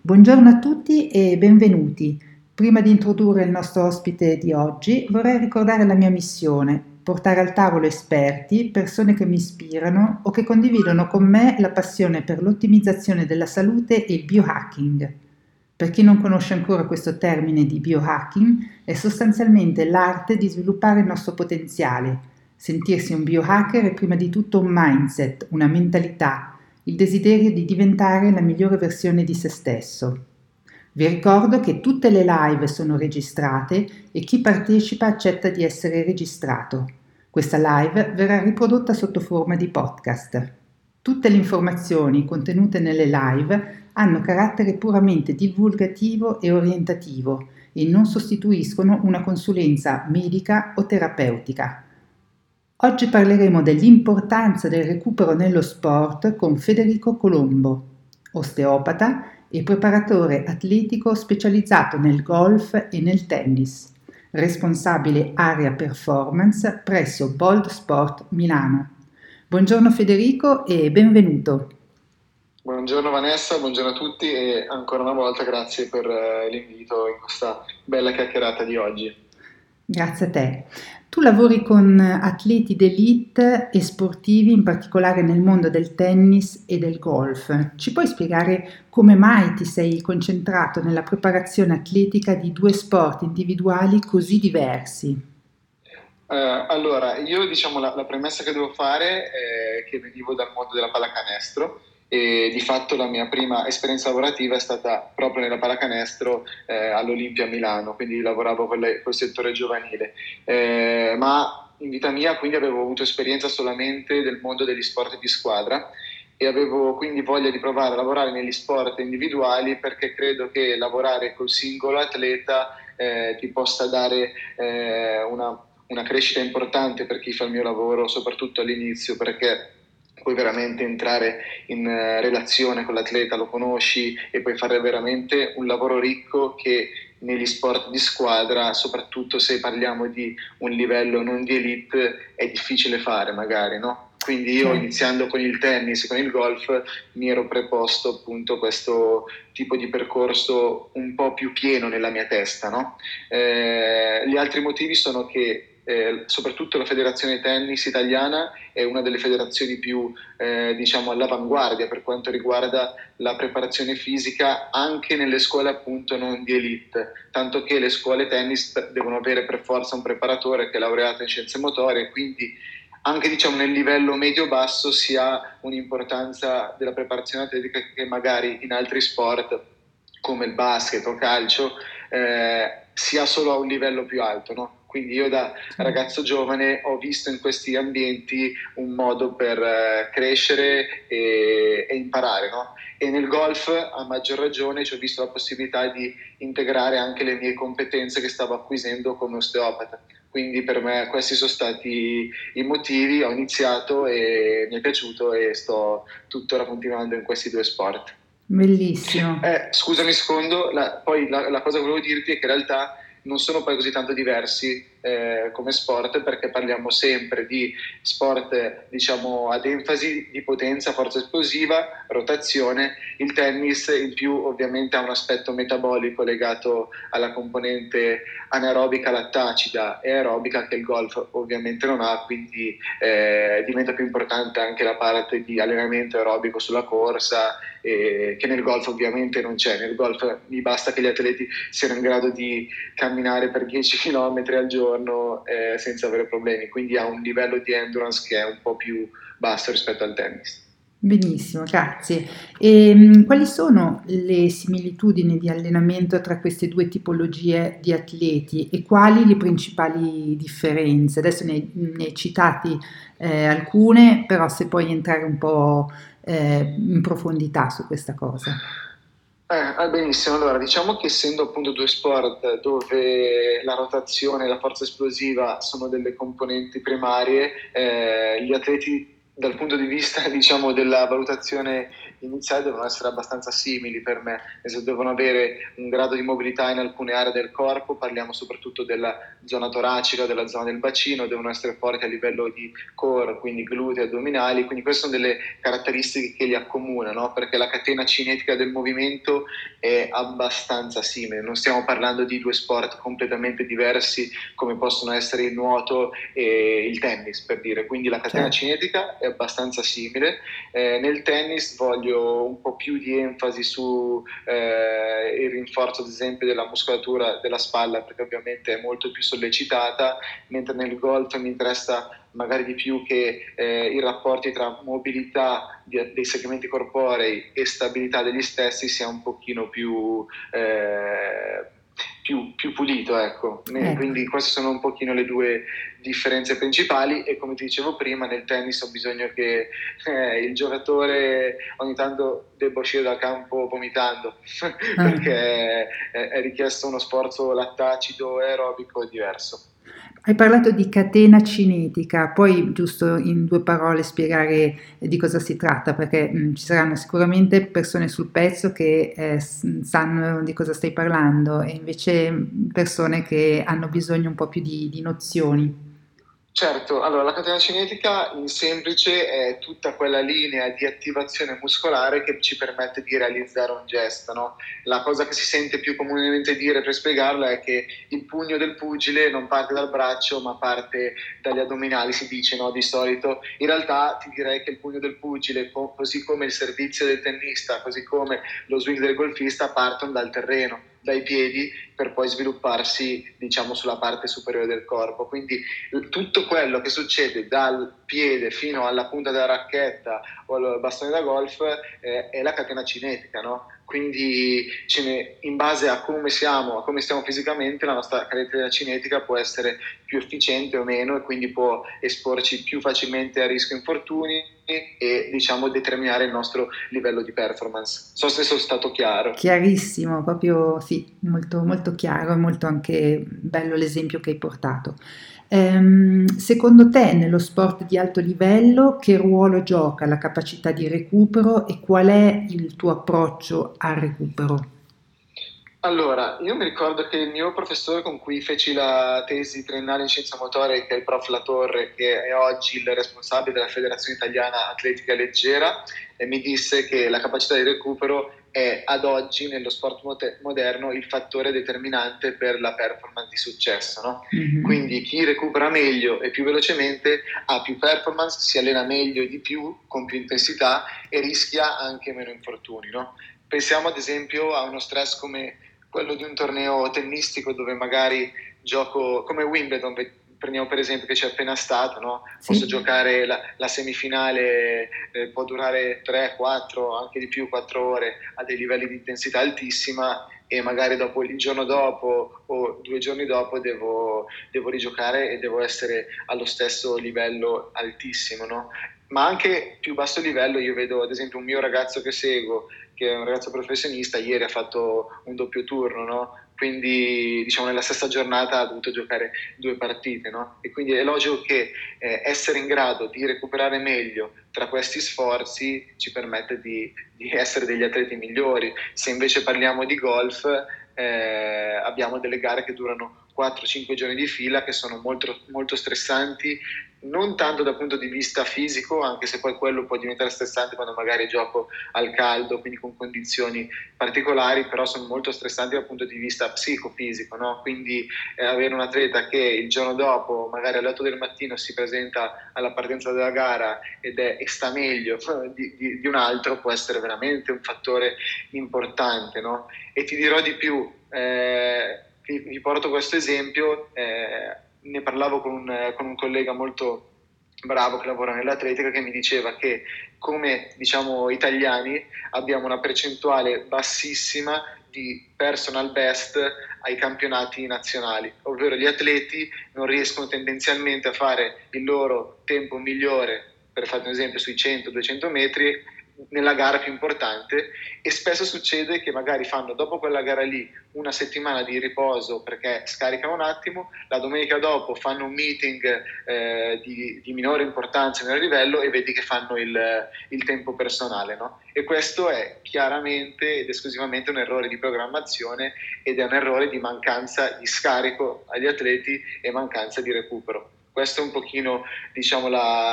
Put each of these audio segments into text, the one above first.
Buongiorno a tutti e benvenuti. Prima di introdurre il nostro ospite di oggi, vorrei ricordare la mia missione: portare al tavolo esperti, persone che mi ispirano o che condividono con me la passione per l'ottimizzazione della salute e il biohacking. Per chi non conosce ancora questo termine di biohacking, è sostanzialmente l'arte di sviluppare il nostro potenziale. Sentirsi un biohacker è prima di tutto un mindset, una mentalità, il desiderio di diventare la migliore versione di se stesso. Vi ricordo che tutte le live sono registrate e chi partecipa accetta di essere registrato. Questa live verrà riprodotta sotto forma di podcast. Tutte le informazioni contenute nelle live hanno carattere puramente divulgativo e orientativo e non sostituiscono una consulenza medica o terapeutica. Oggi parleremo dell'importanza del recupero nello sport con Federico Colombo, osteopata e preparatore atletico specializzato nel golf e nel tennis, responsabile area performance presso Bold Sport Milano. Buongiorno Federico e benvenuto. Buongiorno Vanessa, buongiorno a tutti e ancora una volta grazie per l'invito in questa bella chiacchierata di oggi. Grazie a te. Tu lavori con atleti d'élite e sportivi, in particolare nel mondo del tennis e del golf. Ci puoi spiegare come mai ti sei concentrato nella preparazione atletica di due sport individuali così diversi? Allora, io diciamo la premessa che devo fare è che venivo dal mondo della pallacanestro e di fatto la mia prima esperienza lavorativa è stata proprio nella pallacanestro all'Olimpia Milano, quindi lavoravo col settore giovanile. Ma in vita mia quindi avevo avuto esperienza solamente del mondo degli sport di squadra e avevo quindi voglia di provare a lavorare negli sport individuali perché credo che lavorare col singolo atleta ti possa dare una crescita importante per chi fa il mio lavoro, soprattutto all'inizio, perché puoi veramente entrare in relazione con l'atleta, lo conosci e puoi fare veramente un lavoro ricco che negli sport di squadra, soprattutto se parliamo di un livello non di elite, è difficile fare magari, no? Quindi io Certo. iniziando con il tennis e con il golf mi ero preposto appunto questo tipo di percorso un po' più pieno nella mia testa, no? Gli altri motivi sono che soprattutto la federazione tennis italiana è una delle federazioni più diciamo all'avanguardia per quanto riguarda la preparazione fisica anche nelle scuole appunto non di elite, tanto che le scuole tennis devono avere per forza un preparatore che è laureato in scienze motorie, quindi anche diciamo nel livello medio-basso si ha un'importanza della preparazione atletica che magari in altri sport come il basket o calcio si ha solo a un livello più alto, no? Quindi io da ragazzo giovane ho visto in questi ambienti un modo per crescere e imparare, no? E nel golf a maggior ragione ci ho visto la possibilità di integrare anche le mie competenze che stavo acquisendo come osteopata. Quindi per me questi sono stati i motivi, ho iniziato e mi è piaciuto e sto tuttora continuando in questi due sport. Bellissimo. Scusami un secondo, poi la cosa che volevo dirti è che in realtà non sono poi così tanto diversi come sport perché parliamo sempre di sport diciamo ad enfasi di potenza, forza esplosiva, rotazione. Il tennis in più ovviamente ha un aspetto metabolico legato alla componente anaerobica lattacida e aerobica che il golf ovviamente non ha, quindi diventa più importante anche la parte di allenamento aerobico sulla corsa che nel golf ovviamente non c'è. Nel golf mi basta che gli atleti siano in grado di camminare per 10 km al giorno senza avere problemi, quindi ha un livello di endurance che è un po' più basso rispetto al tennis. Benissimo, grazie. Quali sono le similitudini di allenamento tra queste due tipologie di atleti e quali le principali differenze? Adesso ne hai citati alcune, però se puoi entrare un po' in profondità su questa cosa. Benissimo, allora diciamo che essendo appunto due sport dove la rotazione e la forza esplosiva sono delle componenti primarie, gli atleti dal punto di vista, diciamo, della valutazione iniziale devono essere abbastanza simili per me, e se devono avere un grado di mobilità in alcune aree del corpo, parliamo soprattutto della zona toracica, della zona del bacino, devono essere forti a livello di core, quindi glutei, addominali, quindi queste sono delle caratteristiche che li accomunano, perché la catena cinetica del movimento è abbastanza simile, non stiamo parlando di due sport completamente diversi come possono essere il nuoto e il tennis, per dire, quindi la catena Certo. cinetica è abbastanza simile. Nel tennis voglio un po' più di enfasi su il rinforzo, ad esempio, della muscolatura della spalla, perché ovviamente è molto più sollecitata, mentre nel golf mi interessa magari di più che i rapporti tra mobilità dei segmenti corporei e stabilità degli stessi sia un pochino più pulito, ecco. Ecco. Quindi queste sono un pochino le due differenze principali, e come ti dicevo prima, nel tennis ho bisogno che il giocatore ogni tanto debba uscire dal campo vomitando Ah. perché è richiesto uno sforzo lattacido e aerobico diverso. Hai parlato di catena cinetica, puoi giusto in due parole spiegare di cosa si tratta, perché ci saranno sicuramente persone sul pezzo che sanno di cosa stai parlando e invece persone che hanno bisogno un po' più di nozioni. Certo, allora la catena cinetica in semplice è tutta quella linea di attivazione muscolare che ci permette di realizzare un gesto, no? La cosa che si sente più comunemente dire per spiegarla è che il pugno del pugile non parte dal braccio ma parte dagli addominali, si dice, no? Di solito. In realtà ti direi che il pugno del pugile, così come il servizio del tennista, così come lo swing del golfista, partono dal terreno, dai piedi, per poi svilupparsi, diciamo, sulla parte superiore del corpo. Quindi tutto quello che succede dal piede fino alla punta della racchetta o al bastone da golf è la catena cinetica, no? Quindi in base a come siamo, a come stiamo fisicamente, la nostra catena cinetica può essere più efficiente o meno, e quindi può esporci più facilmente a rischio infortuni e, diciamo, determinare il nostro livello di performance. So se sono stato chiaro. Chiarissimo, proprio sì, molto, molto chiaro e molto anche bello l'esempio che hai portato. Secondo te, nello sport di alto livello, che ruolo gioca la capacità di recupero e qual è il tuo approccio al recupero? Allora, io mi ricordo che il mio professore con cui feci la tesi triennale in scienza motoria, che è il prof Latorre, che è oggi il responsabile della Federazione Italiana Atletica Leggera, mi disse che la capacità di recupero è ad oggi nello sport moderno il fattore determinante per la performance di successo, no? Mhm. Quindi chi recupera meglio e più velocemente ha più performance, si allena meglio e di più, con più intensità, e rischia anche meno infortuni, no? Pensiamo ad esempio a uno stress come quello di un torneo tennistico, dove magari gioco come Wimbledon, prendiamo per esempio, che c'è appena stato, no? Posso Sì, giocare la semifinale, può durare 3, 4, anche di più, 4 ore a dei livelli di intensità altissima, e magari dopo, il giorno dopo o 2 giorni dopo devo rigiocare e devo essere allo stesso livello altissimo, no? Ma anche più basso livello, io vedo ad esempio un mio ragazzo che seguo, che è un ragazzo professionista, ieri ha fatto un doppio turno, no? Quindi, diciamo, nella stessa giornata ha dovuto giocare 2 partite, no? E quindi è logico che essere in grado di recuperare meglio tra questi sforzi ci permette di essere degli atleti migliori. Se invece parliamo di golf, abbiamo delle gare che durano 4-5 giorni di fila, che sono molto, molto stressanti, non tanto dal punto di vista fisico, anche se poi quello può diventare stressante quando magari gioco al caldo, quindi con condizioni particolari, però sono molto stressanti dal punto di vista psicofisico, no? Quindi avere un atleta che il giorno dopo, magari alle 8 del mattino, si presenta alla partenza della gara e sta meglio di un altro, può essere veramente un fattore importante, no? E ti dirò di più, vi porto questo esempio, ne parlavo con un collega molto bravo che lavora nell'atletica, che mi diceva che come, diciamo, italiani abbiamo una percentuale bassissima di personal best ai campionati nazionali, ovvero gli atleti non riescono tendenzialmente a fare il loro tempo migliore, per fare un esempio, sui 100-200 metri, nella gara più importante, e spesso succede che magari fanno dopo quella gara lì una settimana di riposo perché scaricano un attimo, la domenica dopo fanno un meeting di minore importanza, minore livello, e vedi che fanno il tempo personale, no? E questo è chiaramente ed esclusivamente un errore di programmazione, ed è un errore di mancanza di scarico agli atleti e mancanza di recupero. Questo è un pochino, diciamo,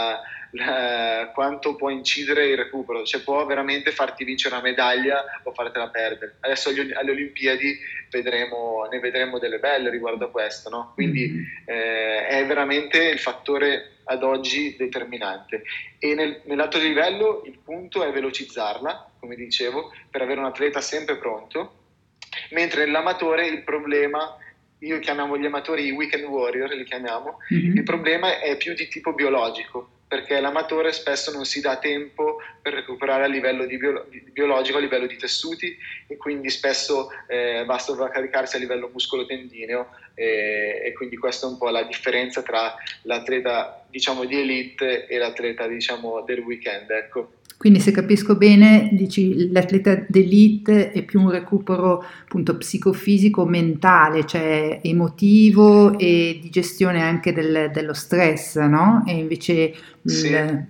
quanto può incidere il recupero, cioè può veramente farti vincere una medaglia o fartela perdere. Adesso alle Olimpiadi ne vedremo delle belle riguardo a questo, no? Quindi è veramente il fattore ad oggi determinante. E nell'alto livello il punto è velocizzarla, come dicevo, per avere un atleta sempre pronto, mentre nell'amatore il problema, io chiamiamo gli amatori i weekend warrior, li chiamiamo, il problema è più di tipo biologico, perché l'amatore spesso non si dà tempo per recuperare a livello di biologico, a livello di tessuti, e quindi spesso basta caricarsi a livello muscolo-tendineo, e quindi questa è un po' la differenza tra l'atleta, diciamo, di elite e l'atleta, diciamo, del weekend, ecco. Quindi se capisco bene, dici l'atleta d'elite è più un recupero appunto psicofisico, mentale, cioè emotivo e di gestione anche dello stress, no? E invece Sì.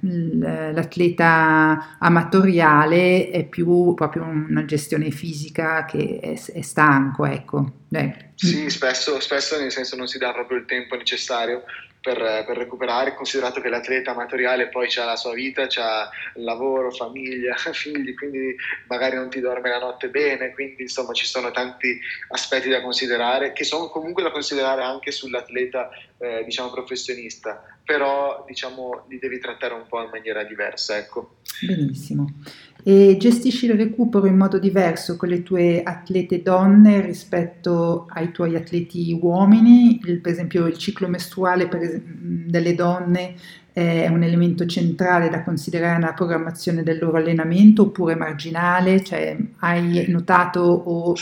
l'atleta amatoriale è più proprio una gestione fisica che è stanco, ecco. Sì, spesso nel senso non si dà proprio il tempo necessario per recuperare, considerato che l'atleta amatoriale poi ha la sua vita, ha lavoro, famiglia, figli, quindi magari non ti dorme la notte bene, quindi insomma ci sono tanti aspetti da considerare, che sono comunque da considerare anche sull'atleta diciamo professionista, però diciamo li devi trattare un po' in maniera diversa, ecco. Benissimo. E gestisci il recupero in modo diverso con le tue atlete donne rispetto ai tuoi atleti uomini? Per esempio il ciclo mestruale delle donne è un elemento centrale da considerare nella programmazione del loro allenamento oppure marginale? Cioè, hai notato o...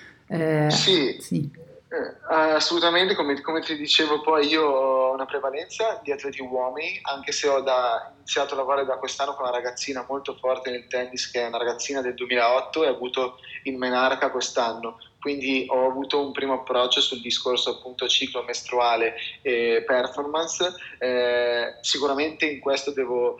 Sì, sì. assolutamente, come ti dicevo, poi io ho una prevalenza di atleti uomini, anche se ho iniziato a lavorare da quest'anno con una ragazzina molto forte nel tennis, che è una ragazzina del 2008 e ha avuto il Menarca quest'anno. Quindi ho avuto un primo approccio sul discorso appunto ciclo mestruale e performance. Sicuramente in questo devo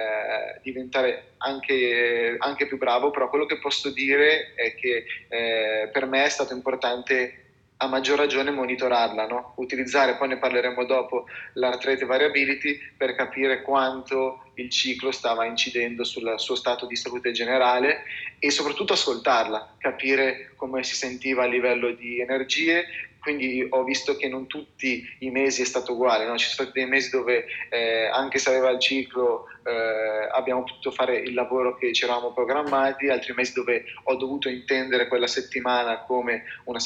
diventare anche più bravo, però quello che posso dire è che per me è stato importante a maggior ragione monitorarla, no? Utilizzare, poi ne parleremo dopo, l'Heart Variability per capire quanto il ciclo stava incidendo sul suo stato di salute generale, e soprattutto ascoltarla, capire come si sentiva a livello di energie. Quindi ho visto che non tutti i mesi è stato uguale, no? Ci sono stati dei mesi dove anche se aveva il ciclo abbiamo potuto fare il lavoro che ci eravamo programmati, altri mesi dove ho dovuto intendere quella settimana come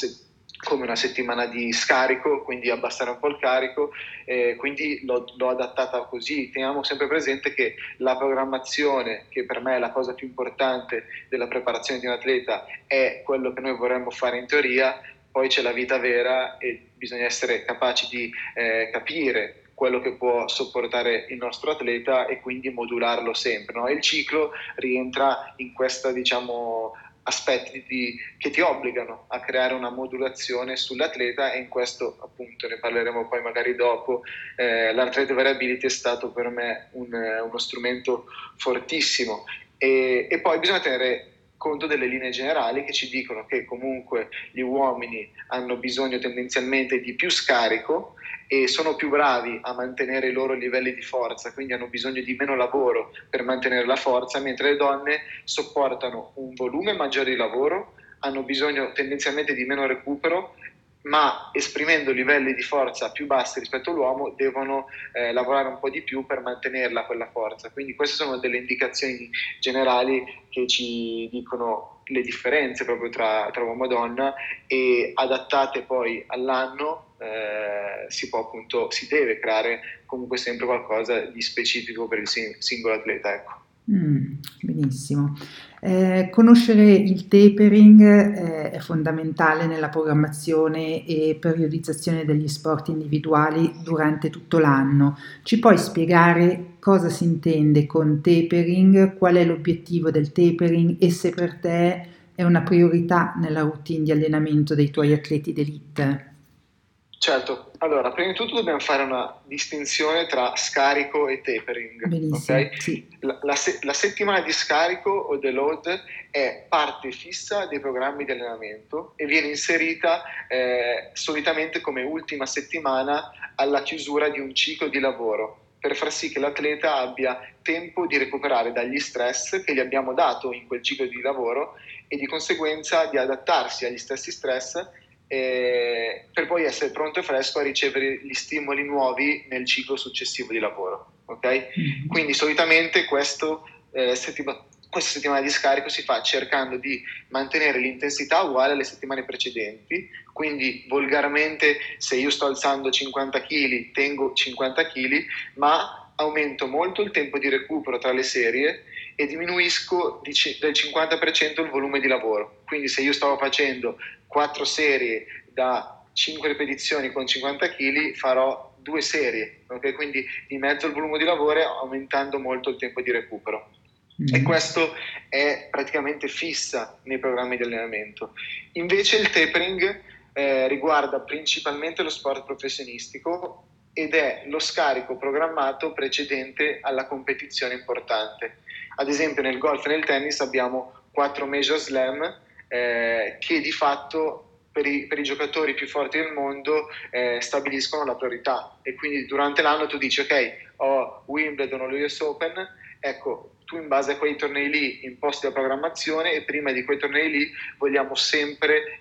una settimana di scarico, quindi abbassare un po' il carico, quindi l'ho adattata così. Teniamo sempre presente che la programmazione, che per me è la cosa più importante della preparazione di un atleta, è quello che noi vorremmo fare in teoria, poi c'è la vita vera e bisogna essere capaci di capire quello che può sopportare il nostro atleta e quindi modularlo sempre, no? E il ciclo rientra in questa, diciamo, aspetti che ti obbligano a creare una modulazione sull'atleta, e in questo appunto ne parleremo poi magari dopo. L'Heart Variability è stato per me uno strumento fortissimo, e poi bisogna tenere conto delle linee generali che ci dicono che comunque gli uomini hanno bisogno tendenzialmente di più scarico e sono più bravi a mantenere i loro livelli di forza, quindi hanno bisogno di meno lavoro per mantenere la forza, mentre le donne sopportano un volume maggiore di lavoro, hanno bisogno tendenzialmente di meno recupero, ma esprimendo livelli di forza più bassi rispetto all'uomo devono lavorare un po' di più per mantenerla quella forza. Quindi queste sono delle indicazioni generali che ci dicono le differenze proprio tra uomo e donna, e adattate poi all'anno si deve creare comunque sempre qualcosa di specifico per il singolo atleta, ecco. Benissimo. Conoscere il tapering è fondamentale nella programmazione e periodizzazione degli sport individuali durante tutto l'anno. Ci puoi spiegare cosa si intende con tapering, qual è l'obiettivo del tapering e se per te è una priorità nella routine di allenamento dei tuoi atleti d'elite. Certo, allora, prima di tutto dobbiamo fare una distinzione tra scarico e tapering, Benissimo, ok? sì. La settimana di scarico o deload è parte fissa dei programmi di allenamento e viene inserita solitamente come ultima settimana alla chiusura di un ciclo di lavoro, per far sì che l'atleta abbia tempo di recuperare dagli stress che gli abbiamo dato in quel ciclo di lavoro e di conseguenza di adattarsi agli stessi stress per poi essere pronto e fresco a ricevere gli stimoli nuovi nel ciclo successivo di lavoro. Okay? Mm-hmm. Quindi solitamente questa settimana di scarico si fa cercando di mantenere l'intensità uguale alle settimane precedenti, quindi volgarmente se io sto alzando 50 kg tengo 50 kg, ma aumento molto il tempo di recupero tra le serie e diminuisco del 50% il volume di lavoro. Quindi se io stavo facendo 4 serie da 5 ripetizioni con 50 kg farò 2 serie, okay? Quindi dimezzo il volume di lavoro aumentando molto il tempo di recupero. E questo è praticamente fissa nei programmi di allenamento. Invece il tapering riguarda principalmente lo sport professionistico ed è lo scarico programmato precedente alla competizione importante. Ad esempio nel golf e nel tennis abbiamo 4 major slam che di fatto per i giocatori più forti del mondo stabiliscono la priorità e quindi durante l'anno tu dici ok, ho Wimbledon o l'US Open, ecco, tu in base a quei tornei lì imposti la programmazione e prima di quei tornei lì vogliamo sempre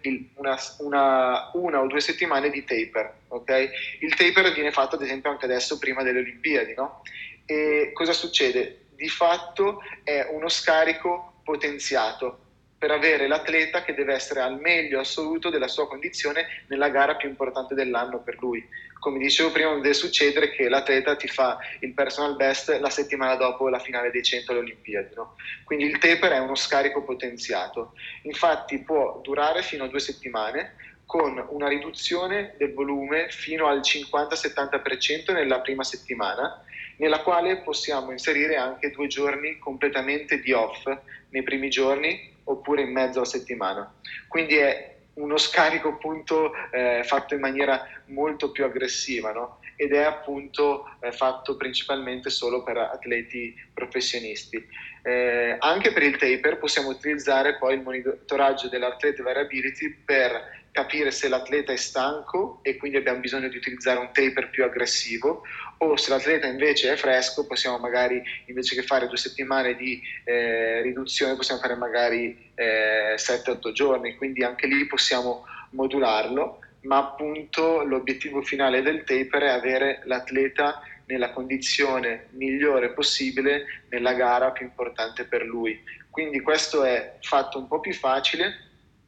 una o 2 settimane di taper, ok? Il taper viene fatto ad esempio anche adesso prima delle Olimpiadi, no? E cosa succede? Di fatto è uno scarico potenziato per avere l'atleta che deve essere al meglio assoluto della sua condizione nella gara più importante dell'anno per lui. Come dicevo prima, deve succedere che l'atleta ti fa il personal best la settimana dopo la finale dei 100 alle Olimpiadi, no? Quindi il taper è uno scarico potenziato. Infatti può durare fino a 2 settimane con una riduzione del volume fino al 50-70% nella prima settimana, nella quale possiamo inserire anche 2 giorni completamente di off nei primi giorni oppure in mezzo alla settimana. Quindi è uno scarico appunto fatto in maniera molto più aggressiva, no? Ed è appunto fatto principalmente solo per atleti professionisti. Anche per il taper possiamo utilizzare poi il monitoraggio dell'atleta variability per capire se l'atleta è stanco e quindi abbiamo bisogno di utilizzare un taper più aggressivo, o se l'atleta invece è fresco possiamo magari invece che fare 2 settimane di riduzione possiamo fare magari 7-8 giorni, quindi anche lì possiamo modularlo, ma appunto l'obiettivo finale del taper è avere l'atleta nella condizione migliore possibile nella gara più importante per lui. Quindi questo è fatto un po' più facile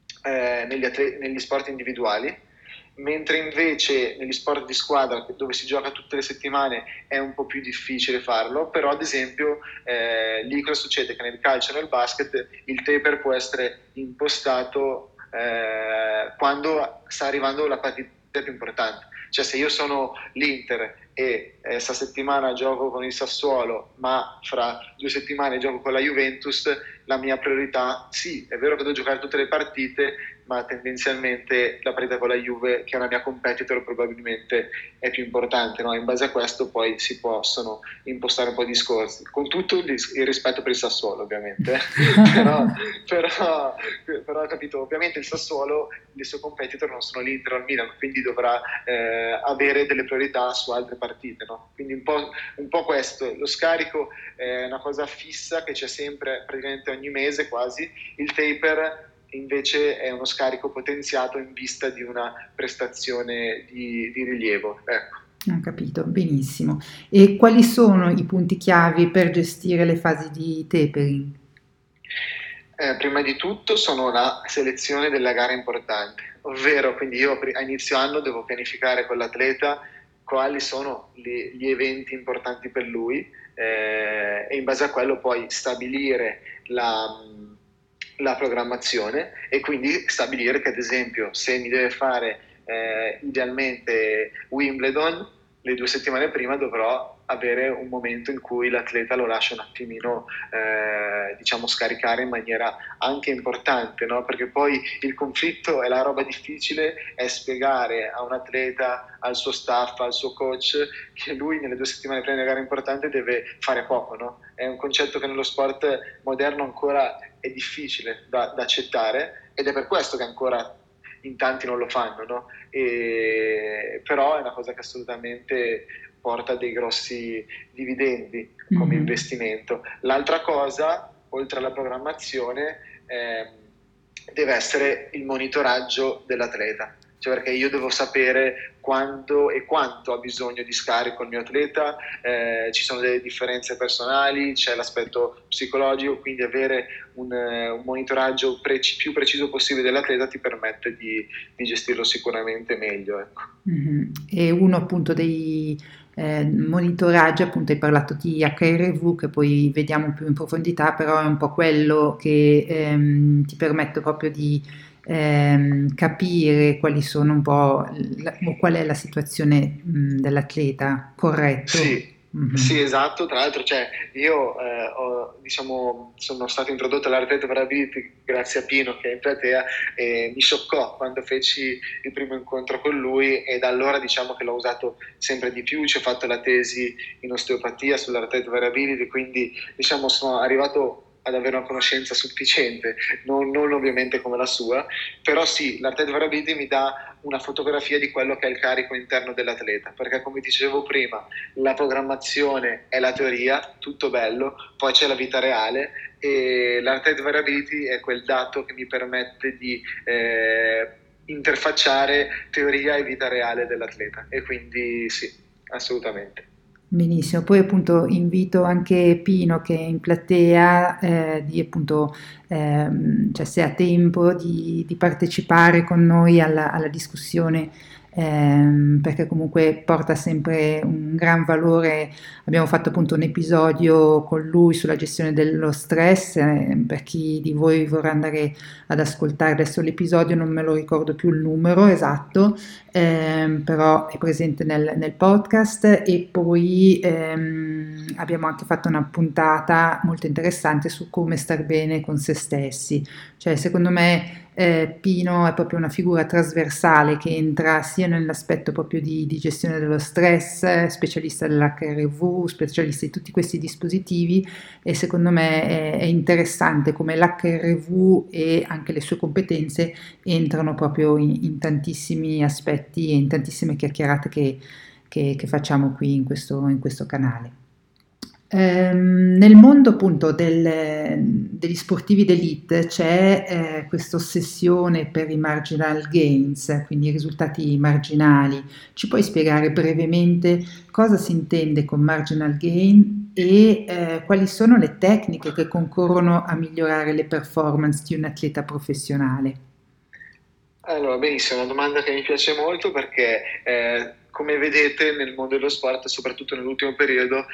negli sport individuali, mentre invece negli sport di squadra dove si gioca tutte le settimane è un po' più difficile farlo, però ad esempio lì cosa succede? Che nel calcio e nel basket il taper può essere impostato quando sta arrivando la partita più importante, cioè se io sono l'Inter e sta settimana gioco con il Sassuolo ma fra 2 settimane gioco con la Juventus, la mia priorità, sì, è vero che devo giocare tutte le partite, ma tendenzialmente la partita con la Juve, che è una mia competitor, probabilmente è più importante, no? In base a questo poi si possono impostare un po' di discorsi, con tutto il rispetto per il Sassuolo ovviamente, però capito, ovviamente il Sassuolo, le sue competitor non sono l'Inter o il Milan, quindi dovrà avere delle priorità su altre partite, no? Quindi un po' questo, lo scarico è una cosa fissa che c'è sempre praticamente ogni mese quasi, il taper invece è uno scarico potenziato in vista di una prestazione di rilievo. Ecco. Ho capito, benissimo. E quali sono i punti chiavi per gestire le fasi di tapering? Prima di tutto sono la selezione della gara importante, ovvero quindi io a inizio anno devo pianificare con l'atleta quali sono gli eventi importanti per lui e in base a quello poi stabilire la programmazione e quindi stabilire che ad esempio se mi deve fare idealmente Wimbledon, le 2 settimane prima dovrò avere un momento in cui l'atleta lo lascia un attimino, diciamo, scaricare in maniera anche importante, no? Perché poi il conflitto è la roba difficile, è spiegare a un atleta, al suo staff, al suo coach, che lui nelle 2 settimane prima di una gara importante deve fare poco, no? È un concetto che nello sport moderno ancora è difficile da accettare, ed è per questo che ancora in tanti non lo fanno, no? Però è una cosa che assolutamente porta dei grossi dividendi come investimento. L'altra cosa, oltre alla programmazione, deve essere il monitoraggio dell'atleta, cioè perché io devo sapere quando e quanto ha bisogno di scarico il mio atleta, ci sono delle differenze personali, c'è l'aspetto psicologico, quindi avere un monitoraggio più preciso possibile dell'atleta ti permette di gestirlo sicuramente meglio. Ecco. E uno appunto dei monitoraggi, appunto hai parlato di HRV che poi vediamo più in profondità, però è un po' quello che ti permette proprio di capire quali sono un po' o qual è la situazione dell'atleta, corretto? Sì, sì, Mhm. esatto. Tra l'altro, cioè, io diciamo, sono stato introdotto all'Artet Variability grazie a Pino che è in platea, e mi scioccò quando feci il primo incontro con lui, e da allora diciamo che l'ho usato sempre di più. Ci ho fatto la tesi in osteopatia sull'Artet Variability, quindi diciamo sono arrivato ad avere una conoscenza sufficiente, non ovviamente come la sua, però sì, l'Artet Variability mi dà una fotografia di quello che è il carico interno dell'atleta, perché come dicevo prima, la programmazione è la teoria, tutto bello, poi c'è la vita reale, e l'Artet Variability è quel dato che mi permette di interfacciare teoria e vita reale dell'atleta, e quindi sì, assolutamente. Benissimo, poi appunto invito anche Pino che è in platea di appunto, cioè se ha tempo di partecipare con noi alla discussione, perché comunque porta sempre un gran valore. Abbiamo fatto appunto un episodio con lui sulla gestione dello stress, per chi di voi vorrà andare ad ascoltare adesso l'episodio, non me lo ricordo più il numero esatto, però è presente nel podcast. E poi abbiamo anche fatto una puntata molto interessante su come star bene con se stessi, cioè secondo me Pino è proprio una figura trasversale che entra sia nell'aspetto proprio di gestione dello stress, specialista dell'HRV, specialista di tutti questi dispositivi, e secondo me è interessante come l'HRV e anche le sue competenze entrano proprio in tantissimi aspetti e in tantissime chiacchierate che facciamo qui in questo canale. Nel mondo appunto degli sportivi d'elite c'è questa ossessione per i marginal gains, quindi i risultati marginali. Ci puoi spiegare brevemente cosa si intende con marginal gain e quali sono le tecniche che concorrono a migliorare le performance di un atleta professionale? Allora, benissimo, è una domanda che mi piace molto perché, come vedete, nel mondo dello sport, soprattutto nell'ultimo periodo,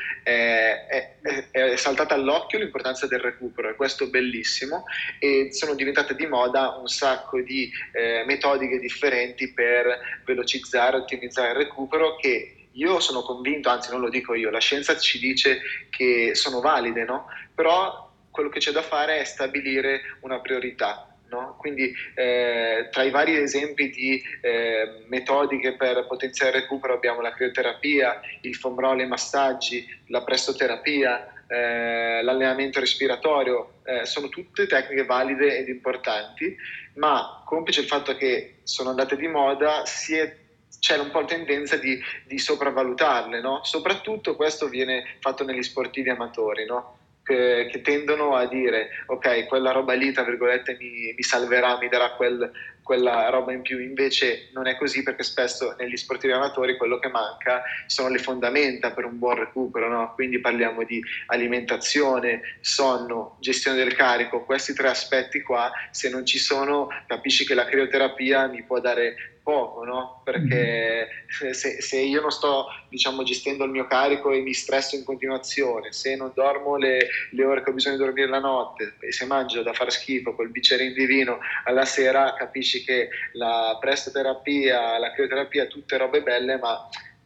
è saltata all'occhio l'importanza del recupero, e questo è bellissimo, e sono diventate di moda un sacco di metodiche differenti per velocizzare, ottimizzare il recupero, che io sono convinto, anzi non lo dico io, la scienza ci dice che sono valide, no? Però quello che c'è da fare è stabilire una priorità. No? Quindi tra i vari esempi di metodiche per potenziare il recupero abbiamo la crioterapia, il foam roll e i massaggi, la pressoterapia, l'allenamento respiratorio, sono tutte tecniche valide ed importanti, ma complice il fatto che sono andate di moda, c'è un po' la tendenza di sopravvalutarle, no? Soprattutto questo viene fatto negli sportivi amatori, no? Che tendono a dire ok, quella roba lì, tra virgolette, mi salverà, mi darà quella roba in più. Invece non è così, perché spesso negli sportivi amatori quello che manca sono le fondamenta per un buon recupero, no? Quindi parliamo di alimentazione, sonno, gestione del carico, questi tre aspetti qua, se non ci sono, capisci che la crioterapia mi può dare poco, no? Mhm. Perché se io non sto, diciamo, gestendo il mio carico e mi stresso in continuazione, se non dormo le ore che ho bisogno di dormire la notte, e se mangio da far schifo col bicchierino di vino alla sera, capisci che la pressoterapia, la crioterapia, tutte robe belle, ma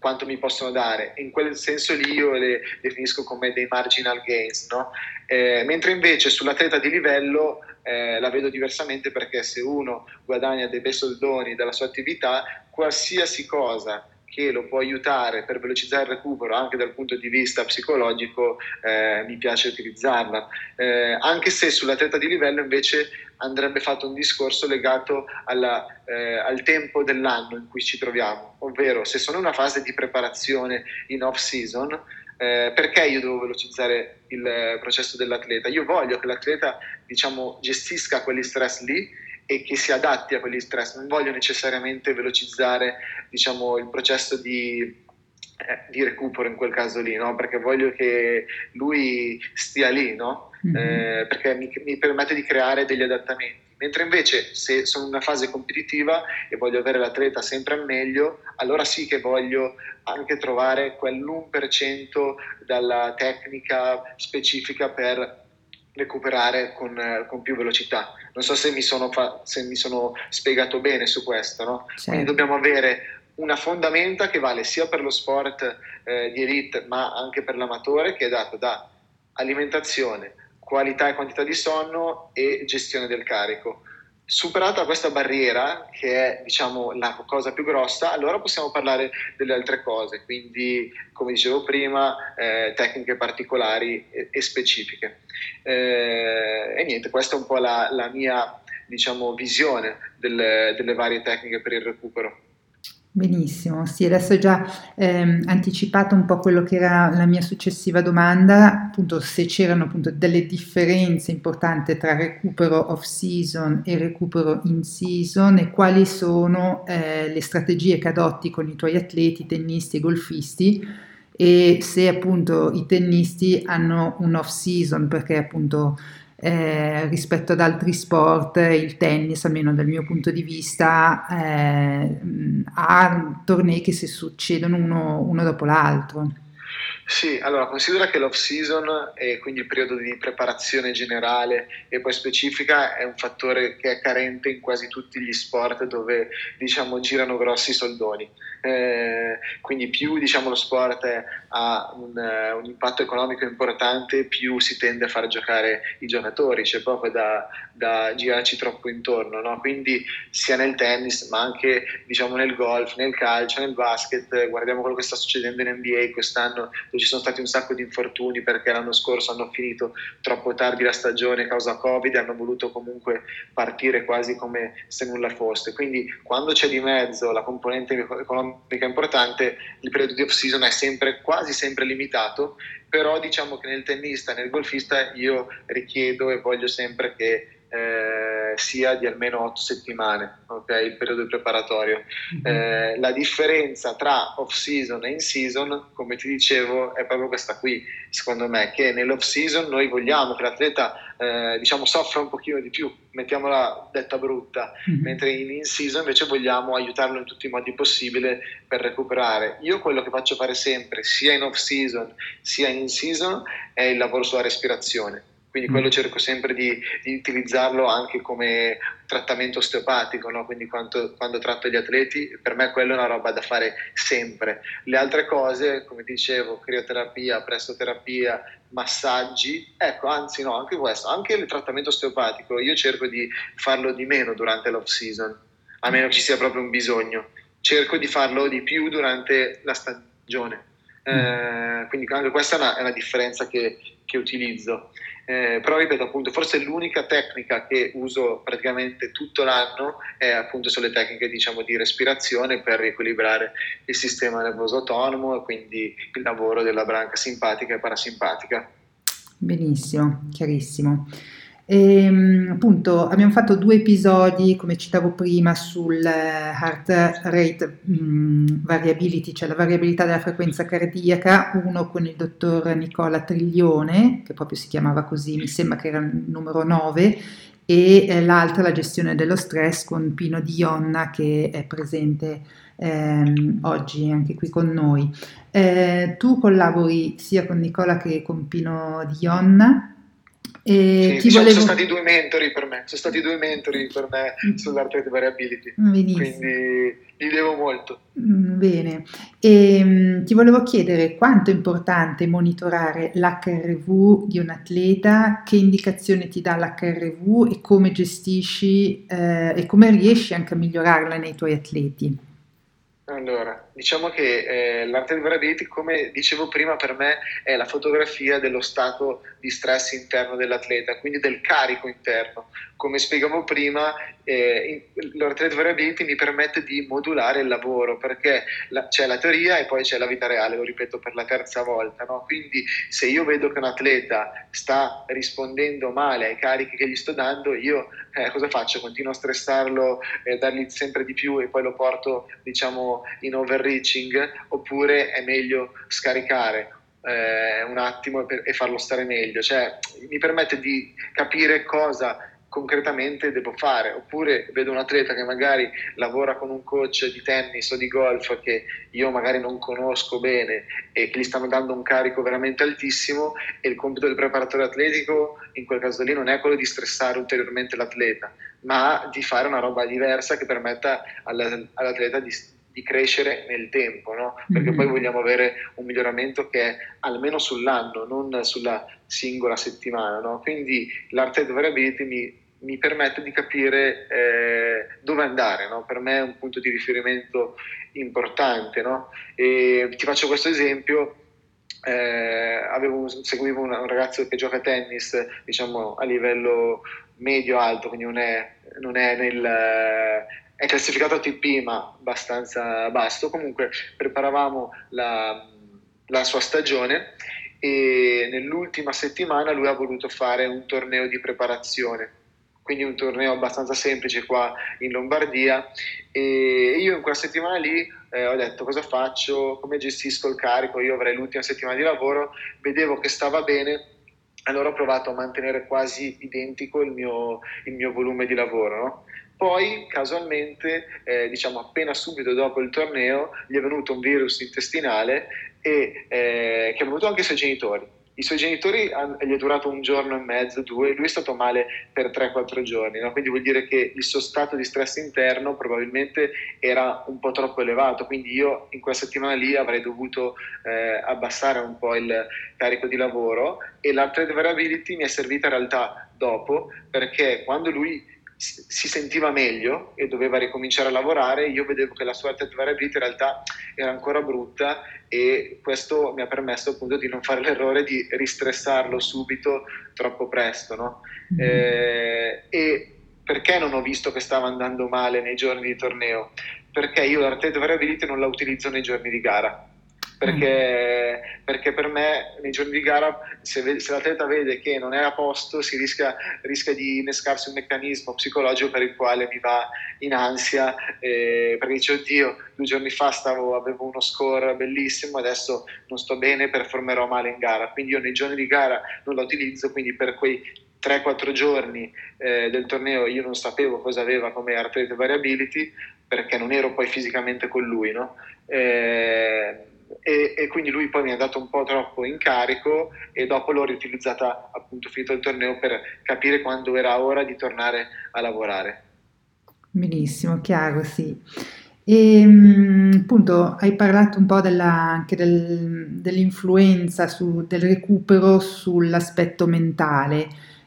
quanto mi possono dare. In quel senso lì io le definisco come dei marginal gains, no? Mentre invece sull'atleta di livello la vedo diversamente, perché se uno guadagna dei bei soldoni dalla sua attività, qualsiasi cosa che lo può aiutare per velocizzare il recupero anche dal punto di vista psicologico, mi piace utilizzarla, anche se sull'atleta di livello invece andrebbe fatto un discorso legato al tempo dell'anno in cui ci troviamo, ovvero se sono in una fase di preparazione in off season, perché io devo velocizzare il processo dell'atleta? Io voglio che l'atleta, diciamo, gestisca quegli stress lì e che si adatti a quegli stress. Non voglio necessariamente velocizzare, diciamo, il processo di recupero in quel caso lì, no? Perché voglio che lui stia lì, no? Perché mi permette di creare degli adattamenti. Mentre invece se sono in una fase competitiva e voglio avere l'atleta sempre al meglio, allora sì che voglio anche trovare quell'1% dalla tecnica specifica per recuperare con più velocità. Non so se mi sono spiegato bene su questo, no? Certo. Quindi dobbiamo avere una fondamenta che vale sia per lo sport di elite ma anche per l'amatore, che è dato da alimentazione, qualità e quantità di sonno e gestione del carico. Superata questa barriera, che è, diciamo, la cosa più grossa, allora possiamo parlare delle altre cose, quindi come dicevo prima, tecniche particolari e specifiche. E niente, questa è un po' la mia, diciamo, visione delle varie tecniche per il recupero. Benissimo, sì, adesso hai già anticipato un po' quello che era la mia successiva domanda, appunto se c'erano appunto delle differenze importanti tra recupero off season e recupero in season, e quali sono le strategie che adotti con i tuoi atleti, tennisti e golfisti, e se appunto i tennisti hanno un off season, perché appunto rispetto ad altri sport il tennis, almeno dal mio punto di vista, ha tornei che si succedono uno dopo l'altro. Sì, allora considera che l'off season e quindi il periodo di preparazione generale e poi specifica è un fattore che è carente in quasi tutti gli sport dove, diciamo, girano grossi soldoni. Quindi più, diciamo, lo sport ha un impatto economico importante, più si tende a far giocare i giocatori, c'è proprio da girarci troppo intorno, no? Quindi sia nel tennis ma anche, diciamo, nel golf, nel calcio, nel basket. Guardiamo quello che sta succedendo in NBA quest'anno, dove ci sono stati un sacco di infortuni perché l'anno scorso hanno finito troppo tardi la stagione a causa Covid e hanno voluto comunque partire quasi come se nulla fosse. Quindi quando c'è di mezzo la componente economica importante, il periodo di off season è sempre, quasi sempre limitato, però diciamo che nel tennista e nel golfista io richiedo e voglio sempre che sia di almeno 8 settimane, okay, il periodo preparatorio. La differenza tra off season e in season, come ti dicevo, è proprio questa qui, secondo me, che nell'off season noi vogliamo che l'atleta diciamo soffra un pochino di più, mettiamola detta brutta, mentre in season invece vogliamo aiutarlo in tutti i modi possibili per recuperare. Io quello che faccio fare sempre, sia in off season sia in season, è il lavoro sulla respirazione. Quindi quello cerco sempre di utilizzarlo anche come trattamento osteopatico, no? Quindi quando tratto gli atleti, per me quello è una roba da fare sempre. Le altre cose, come dicevo, crioterapia, pressoterapia, massaggi, ecco, anzi no, anche questo, anche il trattamento osteopatico, io cerco di farlo di meno durante l'off season, a meno che ci sia proprio un bisogno. Cerco di farlo di più durante la stagione. Quindi anche questa è una differenza che utilizzo. Però ripeto, appunto, forse l'unica tecnica che uso praticamente tutto l'anno è appunto sulle tecniche, diciamo, di respirazione per riequilibrare il sistema nervoso autonomo e quindi il lavoro della branca simpatica e parasimpatica. Benissimo, chiarissimo. Appunto, abbiamo fatto 2 episodi, come citavo prima, sul heart rate variability, cioè la variabilità della frequenza cardiaca, uno con il dottor Nicola Triglione, che proprio si chiamava così, mi sembra che era il numero 9, e l'altra la gestione dello stress con Pino Di Ionna, che è presente oggi anche qui con noi. Tu collabori sia con Nicola che con Pino Di Ionna, E Sì, ti diciamo, volevo... sono stati due mentori per me sull'arte di variability, Benissimo. quindi gli devo molto. Bene. Ti volevo chiedere quanto è importante monitorare l'HRV di un atleta, che indicazione ti dà l'HRV e come gestisci e come riesci anche a migliorarla nei tuoi atleti. Allora, diciamo che l'arte di variability, come dicevo prima, per me è la fotografia dello stato di stress interno dell'atleta, quindi del carico interno. Come spiegavo prima, l'arte di variability mi permette di modulare il lavoro, perché c'è la teoria e poi c'è la vita reale, lo ripeto per la terza volta, no? Quindi se io vedo che un atleta sta rispondendo male ai carichi che gli sto dando, io cosa faccio? Continuo a stressarlo, dargli sempre di più e poi lo porto, diciamo, in overreaching, oppure è meglio scaricare un attimo e farlo stare meglio? Cioè, mi permette di capire cosa concretamente devo fare. Oppure vedo un atleta che magari lavora con un coach di tennis o di golf che io magari non conosco bene e che gli stanno dando un carico veramente altissimo, e il compito del preparatore atletico in quel caso lì non è quello di stressare ulteriormente l'atleta, ma di fare una roba diversa che permetta all'atleta di crescere nel tempo, no? Perché poi Mhm. vogliamo avere un miglioramento che è almeno sull'anno, non sulla singola settimana, no? Quindi l'arte di variability mi permette di capire dove andare, no? Per me è un punto di riferimento importante, no? E ti faccio questo esempio. Seguivo un ragazzo che gioca a tennis, diciamo, a livello medio-alto, quindi non è è classificato ATP, ma abbastanza basso. Comunque preparavamo la sua stagione e nell'ultima settimana lui ha voluto fare un torneo di preparazione, quindi un torneo abbastanza semplice qua in Lombardia, e io in quella settimana lì ho detto cosa faccio, come gestisco il carico, io avrei l'ultima settimana di lavoro, vedevo che stava bene, allora ho provato a mantenere quasi identico il mio volume di lavoro, no? Poi casualmente, diciamo appena subito dopo il torneo, gli è venuto un virus intestinale che è venuto anche ai suoi genitori. I suoi genitori gli è durato un giorno e mezzo, due, lui è stato male per 3-4 giorni, no? Quindi vuol dire che il suo stato di stress interno probabilmente era un po' troppo elevato, quindi io in quella settimana lì avrei dovuto abbassare un po' il carico di lavoro, e l'Alter Variability mi è servita in realtà dopo, perché quando lui si sentiva meglio e doveva ricominciare a lavorare, io vedevo che la sua Alter Variability in realtà era ancora brutta, e questo mi ha permesso appunto di non fare l'errore di ristressarlo subito troppo presto, no? Mhm. E perché non ho visto che stava andando male nei giorni di torneo? Perché io l'arte di variability non la utilizzo nei giorni di gara. Ah. Perché per me nei giorni di gara, se l'atleta vede che non è a posto, rischia di innescarsi un meccanismo psicologico per il quale mi va in ansia, perché dice oddio, 2 giorni fa avevo uno score bellissimo, adesso non sto bene, performerò male in gara. Quindi io nei giorni di gara non la utilizzo, quindi per quei 3-4 giorni del torneo io non sapevo cosa aveva come art rate variability, perché non ero poi fisicamente con lui, no? E quindi lui poi mi ha dato un po' troppo in carico, e dopo l'ho riutilizzata appunto finito il torneo per capire quando era ora di tornare a lavorare. Benissimo, chiaro, sì. Appunto, hai parlato un po' anche dell'influenza del recupero sull'aspetto mentale.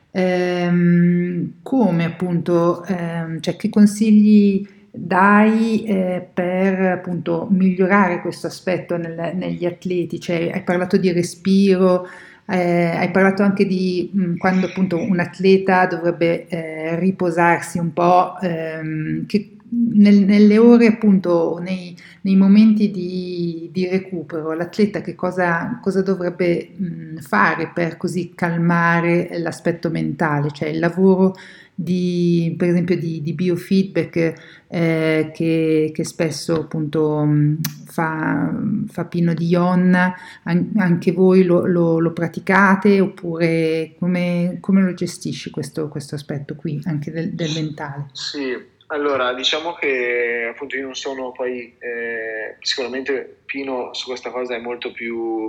Come appunto, cioè che consigli dai per appunto migliorare questo aspetto negli atleti? Cioè, hai parlato di respiro, hai parlato anche di quando appunto un atleta dovrebbe riposarsi un po', nelle ore appunto, nei momenti di recupero, l'atleta che cosa dovrebbe fare per così calmare l'aspetto mentale, cioè il lavoro per esempio di biofeedback che spesso appunto fa Pino di Ionna, anche voi lo praticate oppure come lo gestisci questo aspetto qui, anche del mentale? Sì, Allora, diciamo che appunto io non sono poi sicuramente Pino su questa cosa è molto più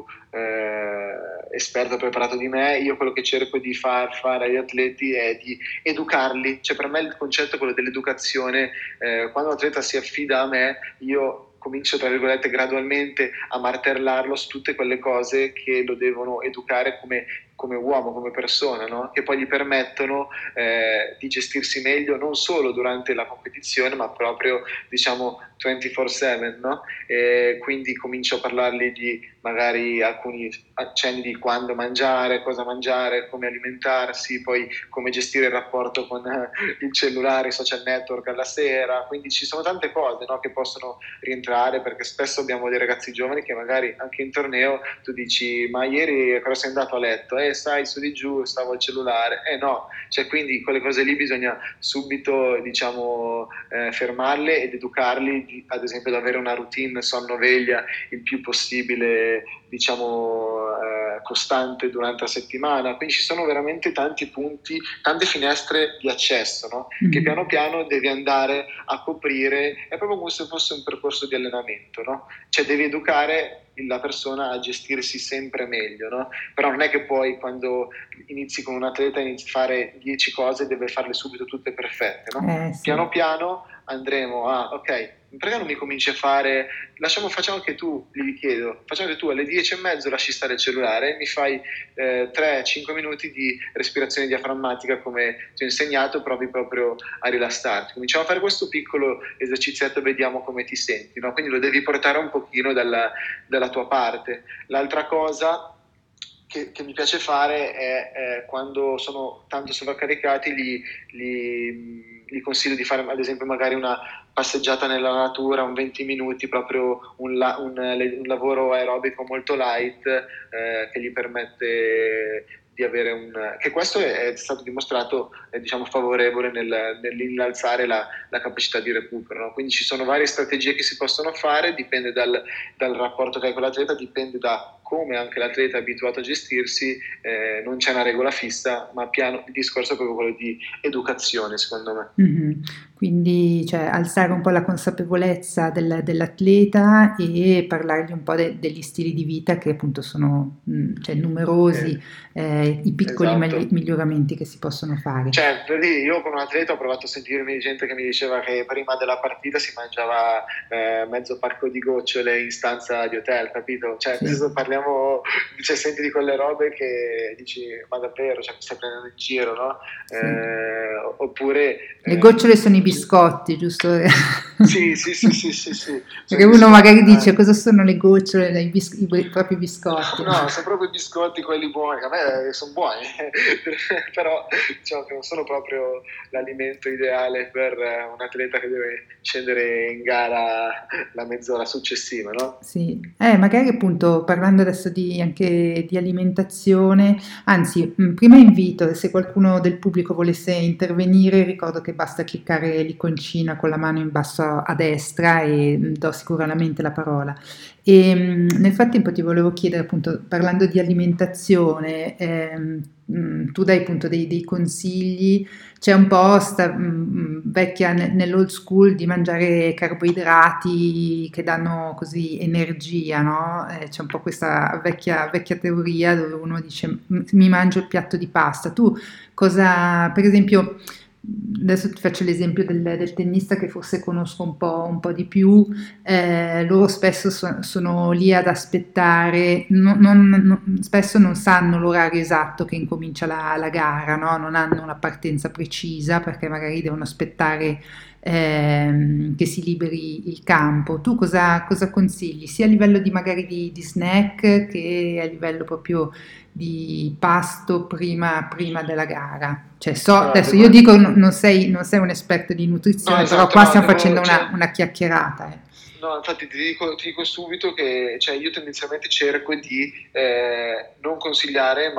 esperto e preparato di me. Io quello che cerco di far fare agli atleti è di educarli, cioè per me il concetto è quello dell'educazione. Quando un atleta si affida a me, io comincio tra virgolette gradualmente a martellarlo su tutte quelle cose che lo devono educare come uomo, come persona, no? Che poi gli permettono di gestirsi meglio non solo durante la competizione, ma proprio diciamo 24/7, no? Quindi comincio a parlargli di magari alcuni accenni di quando mangiare, cosa mangiare, come alimentarsi, poi come gestire il rapporto con il cellulare, i social network alla sera, quindi ci sono tante cose, no, che possono rientrare, perché spesso abbiamo dei ragazzi giovani che magari anche in torneo tu dici ma ieri cosa sei andato a letto? Sai, su di giù stavo al cellulare, no, cioè quindi quelle cose lì bisogna subito diciamo fermarle ed educarli ad esempio ad avere una routine sonno-veglia il più possibile diciamo costante durante la settimana, quindi ci sono veramente tanti punti, tante finestre di accesso, no? Che piano piano devi andare a coprire, è proprio come se fosse un percorso di allenamento, no? Cioè devi educare la persona a gestirsi sempre meglio, no? Però non è che poi quando inizi con un atleta inizi a fare 10 cose e deve farle subito tutte perfette, no? Sì. Piano piano andremo a, ok, perché non mi cominci a fare, facciamo che tu, gli chiedo, facciamo che tu alle 10:30 lasci stare il cellulare, mi fai 3-5 minuti di respirazione diaframmatica come ti ho insegnato, provi proprio a rilassarti. Cominciamo a fare questo piccolo esercizietto e vediamo come ti senti, no? Quindi lo devi portare un pochino dalla tua parte. L'altra cosa che mi piace fare è quando sono tanto sovraccaricati gli consiglio di fare ad esempio magari una passeggiata nella natura, un 20 minuti, proprio un lavoro aerobico molto light che gli permette di avere che questo è stato dimostrato diciamo favorevole nell'innalzare la capacità di recupero, no? Quindi ci sono varie strategie che si possono fare, dipende dal rapporto che hai con l'atleta, dipende da come anche l'atleta è abituato a gestirsi, non c'è una regola fissa, ma il discorso è proprio quello di educazione, secondo me. Mm-hmm. Quindi cioè, alzare un po' la consapevolezza dell'atleta e parlargli un po' degli stili di vita che appunto sono cioè, numerosi, i piccoli Esatto. miglioramenti che si possono fare. Cioè, vedi, io con un atleta ho provato a sentirmi gente che mi diceva che prima della partita si mangiava mezzo pacco di gocciole in stanza di hotel, capito? Cioè, Sì. parliamo, cioè, senti di quelle robe che dici, ma davvero, cioè, mi stai prendendo in giro, no? Sì. Oppure... Le gocciole sono i biscotti, giusto? Sì, sì, sì, sì, sì, sì. Perché uno magari dice cosa sono le gocciole, i propri biscotti. No, sono proprio i biscotti quelli buoni, a me sono buoni, però diciamo che non sono proprio l'alimento ideale per un atleta che deve scendere in gara la mezz'ora successiva, no? Sì, magari appunto parlando adesso anche di alimentazione, anzi, prima invito, se qualcuno del pubblico volesse intervenire, ricordo che basta cliccare l'iconcina con la mano in basso a destra e do sicuramente la parola. E nel frattempo ti volevo chiedere appunto, parlando di alimentazione, tu dai appunto dei consigli, c'è un po' vecchia nell'old school di mangiare carboidrati che danno così energia, no? C'è un po' questa vecchia teoria dove uno dice mi mangio il piatto di pasta. Tu cosa, per esempio, adesso ti faccio l'esempio del tennista che forse conosco un po' di più, loro spesso sono lì ad aspettare, spesso non sanno l'orario esatto che incomincia la gara, no? Non hanno una partenza precisa perché magari devono aspettare che si liberi il campo. Tu cosa consigli? Sia a livello di magari di snack che a livello proprio di pasto prima della gara. Cioè, Allora, adesso io dico non sei un esperto di nutrizione, No, però esatto, qua no, stiamo facendo cioè, una chiacchierata. no, infatti ti dico subito che cioè, io tendenzialmente cerco di non consigliare, ma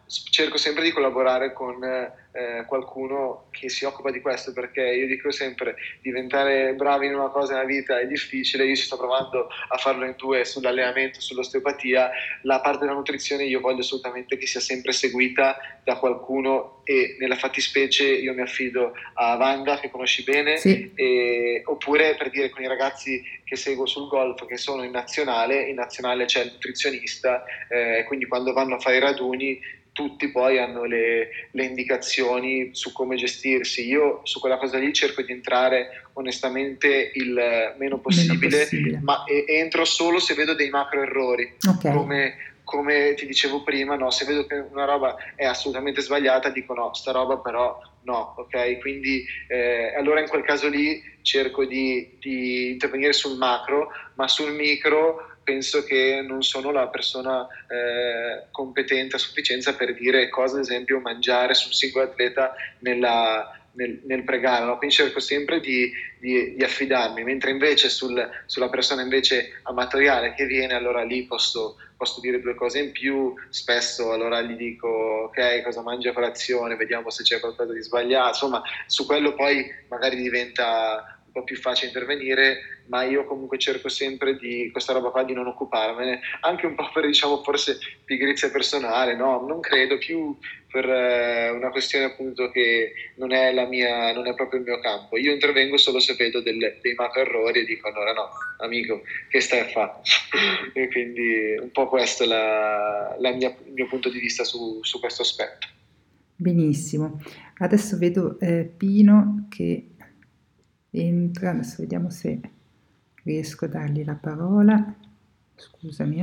cerco sempre di collaborare con qualcuno che si occupa di questo, perché io dico sempre, diventare bravi in una cosa nella vita è difficile. Io ci sto provando a farlo in due, sull'allenamento, sull'osteopatia. La parte della nutrizione io voglio assolutamente che sia sempre seguita da qualcuno, e nella fattispecie io mi affido a Wanda, che conosci bene, Sì, oppure, per dire, con i ragazzi che seguo sul golf, che sono in nazionale c'è il nutrizionista, quindi quando vanno a fare i raduni tutti poi hanno le indicazioni su come gestirsi. Io su quella cosa lì cerco di entrare onestamente il meno meno possibile, possibile. ma entro solo se vedo dei macro errori, Ok, come ti dicevo prima, no? Se vedo che una roba è assolutamente sbagliata, dico no, sta roba però no, ok? Quindi allora in quel caso lì cerco di intervenire sul macro, ma sul micro penso che non sono la persona competente a sufficienza per dire cosa, ad esempio, mangiare sul singolo atleta nel pregare, no? Quindi cerco sempre di affidarmi, mentre invece sulla persona invece amatoriale che viene, allora lì posso dire due cose in più. Spesso allora gli dico ok, cosa mangi a colazione, vediamo se c'è qualcosa di sbagliato, insomma su quello poi magari diventa un po' più facile intervenire, ma io comunque cerco sempre di questa roba qua di non occuparmene, anche un po' per, diciamo, forse pigrizia personale, no? Non credo, più per una questione appunto che non è proprio il mio campo. Io intervengo solo se vedo dei macro errori e dico allora no, amico, che stai a fare? E quindi un po' questo è il mio punto di vista su questo aspetto. benissimo. Adesso vedo Pino che entra, adesso vediamo se riesco a dargli la parola. Scusami.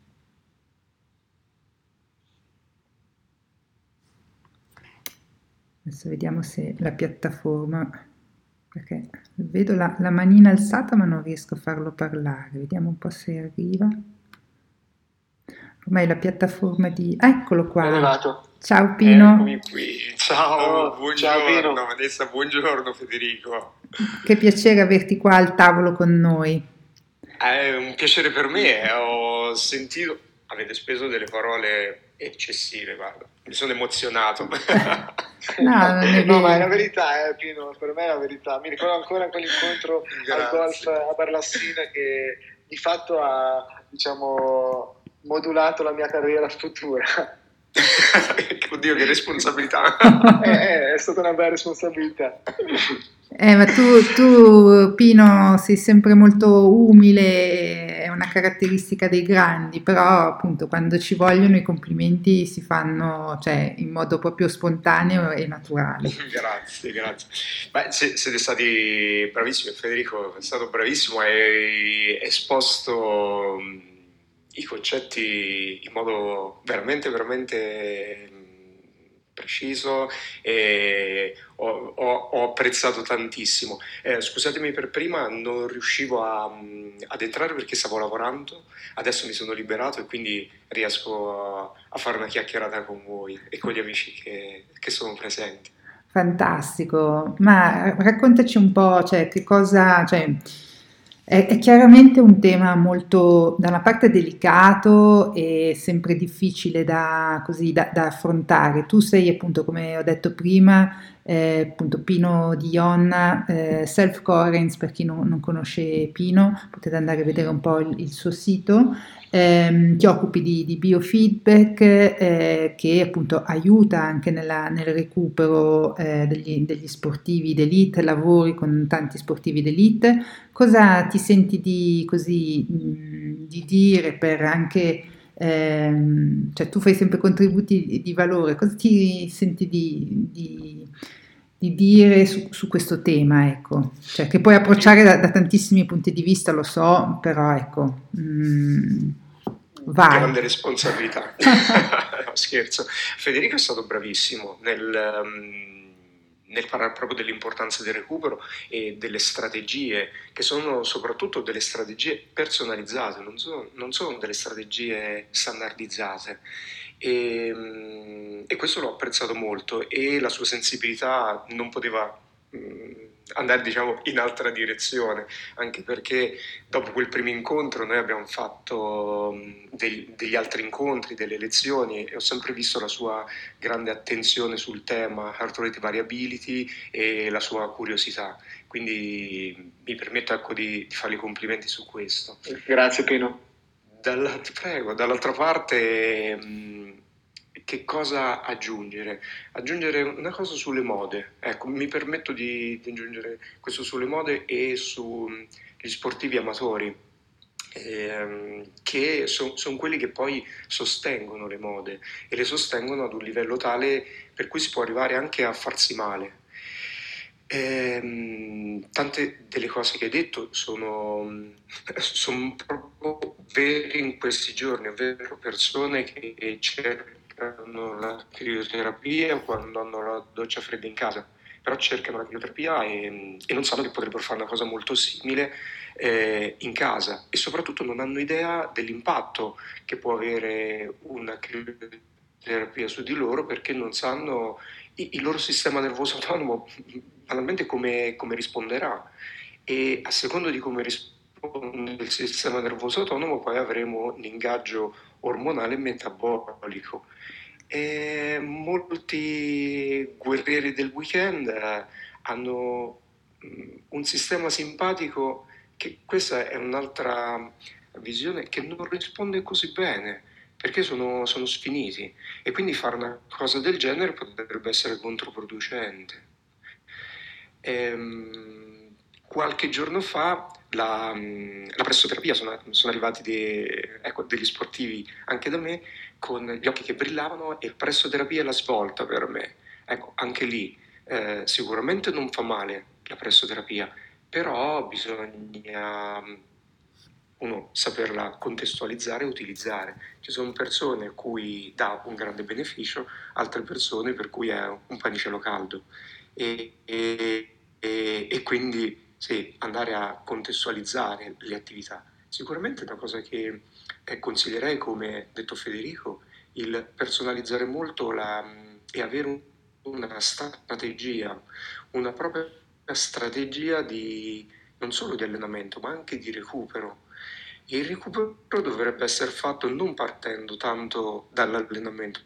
Adesso vediamo se la piattaforma, perché vedo la manina alzata ma non riesco a farlo parlare. Vediamo un po' se arriva. Ormai la piattaforma di... Eccolo È qua. arrivato. Ciao Eccomi Pino, qui. Ciao, Oh, ciao buongiorno Pino. Vanessa, buongiorno Federico. che piacere averti qua al tavolo con noi. È un piacere per me, ho sentito, avete speso delle parole eccessive, guarda, mi sono emozionato. No, non è No, ma è la vero. verità, Pino, per me è la verità. Mi ricordo ancora quell'incontro al golf Grazie. a Barlassina che di fatto ha, diciamo, modulato la mia carriera futura. Oddio, che responsabilità. È stata una bella responsabilità. Ma tu, Pino, sei sempre molto umile, è una caratteristica dei grandi, però appunto quando ci vogliono i complimenti si fanno, cioè, in modo proprio spontaneo e naturale. Grazie, grazie. Beh, siete stati bravissimi, Federico è stato bravissimo, hai esposto i concetti in modo veramente, veramente preciso e ho apprezzato tantissimo. Scusatemi per prima, non riuscivo ad entrare perché stavo lavorando, adesso mi sono liberato e quindi riesco a fare una chiacchierata con voi e con gli amici che sono presenti. Fantastico, ma raccontaci un po', cioè, che cosa, cioè, è chiaramente un tema molto, da una parte delicato e sempre difficile da, così, da affrontare. Tu sei appunto, come ho detto prima, appunto Pino di Ionna, Self Coherence, per chi non conosce Pino, potete andare a vedere un po' il suo sito. Ti occupi di biofeedback che appunto aiuta anche nel recupero degli sportivi d'elite, lavori con tanti sportivi d'elite. Cosa ti senti di, così, di dire per anche, cioè tu fai sempre contributi di valore, cosa ti senti di dire su questo tema, ecco, cioè che puoi approcciare da tantissimi punti di vista, lo so, però ecco, vai. Grande responsabilità. No, scherzo. Federico è stato bravissimo nel parlare proprio dell'importanza del recupero e delle strategie, che sono soprattutto delle strategie personalizzate, non sono delle strategie standardizzate. E questo l'ho apprezzato molto e la sua sensibilità non poteva andare diciamo in altra direzione, anche perché dopo quel primo incontro noi abbiamo fatto degli altri incontri, delle lezioni e ho sempre visto la sua grande attenzione sul tema heart rate variability e la sua curiosità, quindi mi permetto ecco, di fargli complimenti su questo. Grazie Pino. Ti prego, dall'altra parte, che cosa aggiungere? Aggiungere una cosa sulle mode. Ecco, mi permetto di aggiungere questo sulle mode e sugli sportivi amatori, che sono quelli che poi sostengono le mode e le sostengono ad un livello tale per cui si può arrivare anche a farsi male. Tante delle cose che hai detto sono proprio vere in questi giorni, ovvero persone che cercano la crioterapia quando hanno la doccia fredda in casa, però cercano la crioterapia e non sanno che potrebbero fare una cosa molto simile in casa e soprattutto non hanno idea dell'impatto che può avere una crioterapia su di loro perché non sanno il loro sistema nervoso autonomo banalmente come risponderà e a secondo di come risponde il sistema nervoso autonomo poi avremo un ingaggio ormonale e metabolico. E molti guerrieri del weekend hanno un sistema simpatico che questa è un'altra visione che non risponde così bene perché sono sfiniti e quindi fare una cosa del genere potrebbe essere controproducente. Qualche giorno fa la pressoterapia, sono arrivati ecco, degli sportivi anche da me con gli occhi che brillavano e pressoterapia è la svolta per me. Ecco, anche lì sicuramente non fa male la pressoterapia, però bisogna uno saperla contestualizzare e utilizzare. Ci sono persone a cui dà un grande beneficio, altre persone per cui è un pannicello caldo e quindi sì, andare a contestualizzare le attività. Sicuramente è una cosa che consiglierei, come ha detto Federico, il personalizzare molto e avere una strategia, una propria strategia di non solo di allenamento, ma anche di recupero. E il recupero dovrebbe essere fatto non partendo tanto dall'allenamento,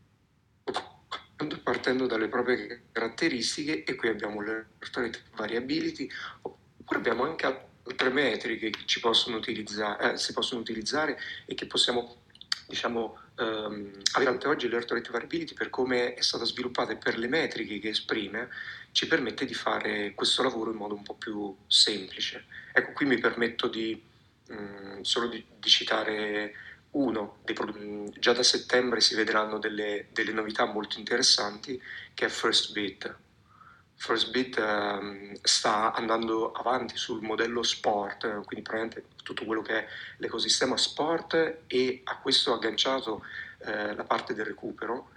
partendo dalle proprie caratteristiche, e qui abbiamo l'heart rate variability, oppure abbiamo anche altre metriche che si possono utilizzare e che possiamo, diciamo, avere anche oggi l'heart rate variability per come è stata sviluppata e per le metriche che esprime, ci permette di fare questo lavoro in modo un po' più semplice. Ecco, qui mi permetto solo di citare uno, già da settembre si vedranno delle novità molto interessanti che è First Beat. First Beat sta andando avanti sul modello sport, quindi praticamente tutto quello che è l'ecosistema sport e a questo agganciato la parte del recupero,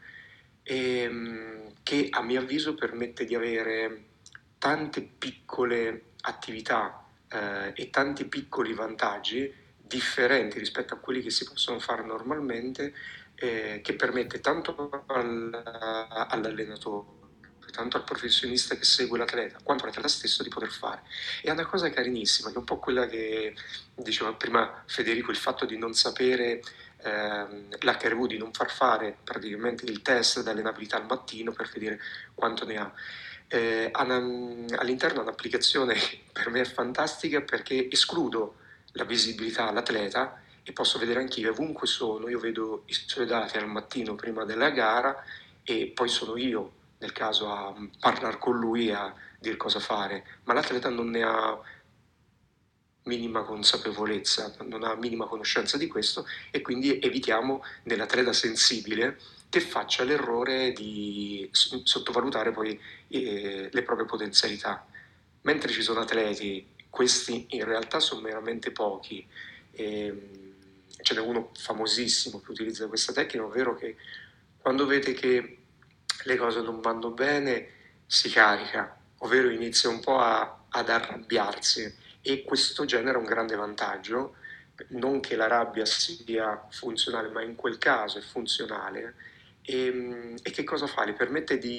che a mio avviso permette di avere tante piccole attività e tanti piccoli vantaggi differenti rispetto a quelli che si possono fare normalmente, che permette tanto all'allenatore, tanto al professionista che segue l'atleta, quanto all'atleta stesso di poter fare. È una cosa carinissima, che è un po' quella che diceva prima Federico, il fatto di non sapere l'HRV, di non far fare praticamente il test d'allenabilità al mattino per vedere quanto ne ha. All'interno un'applicazione che per me è fantastica perché escludo la visibilità all'atleta e posso vedere anch'io ovunque sono, io vedo i suoi dati al mattino prima della gara e poi sono io nel caso a parlare con lui e a dire cosa fare, ma l'atleta non ne ha minima consapevolezza, non ha minima conoscenza di questo e quindi evitiamo nell'atleta sensibile che faccia l'errore di sottovalutare poi le proprie potenzialità. Mentre ci sono atleti, questi in realtà sono veramente pochi, ce n'è uno famosissimo che utilizza questa tecnica, ovvero che quando vede che le cose non vanno bene si carica, ovvero inizia un po' ad arrabbiarsi e questo genera un grande vantaggio, non che la rabbia sia funzionale, ma in quel caso è funzionale. E che cosa fa? Le permette di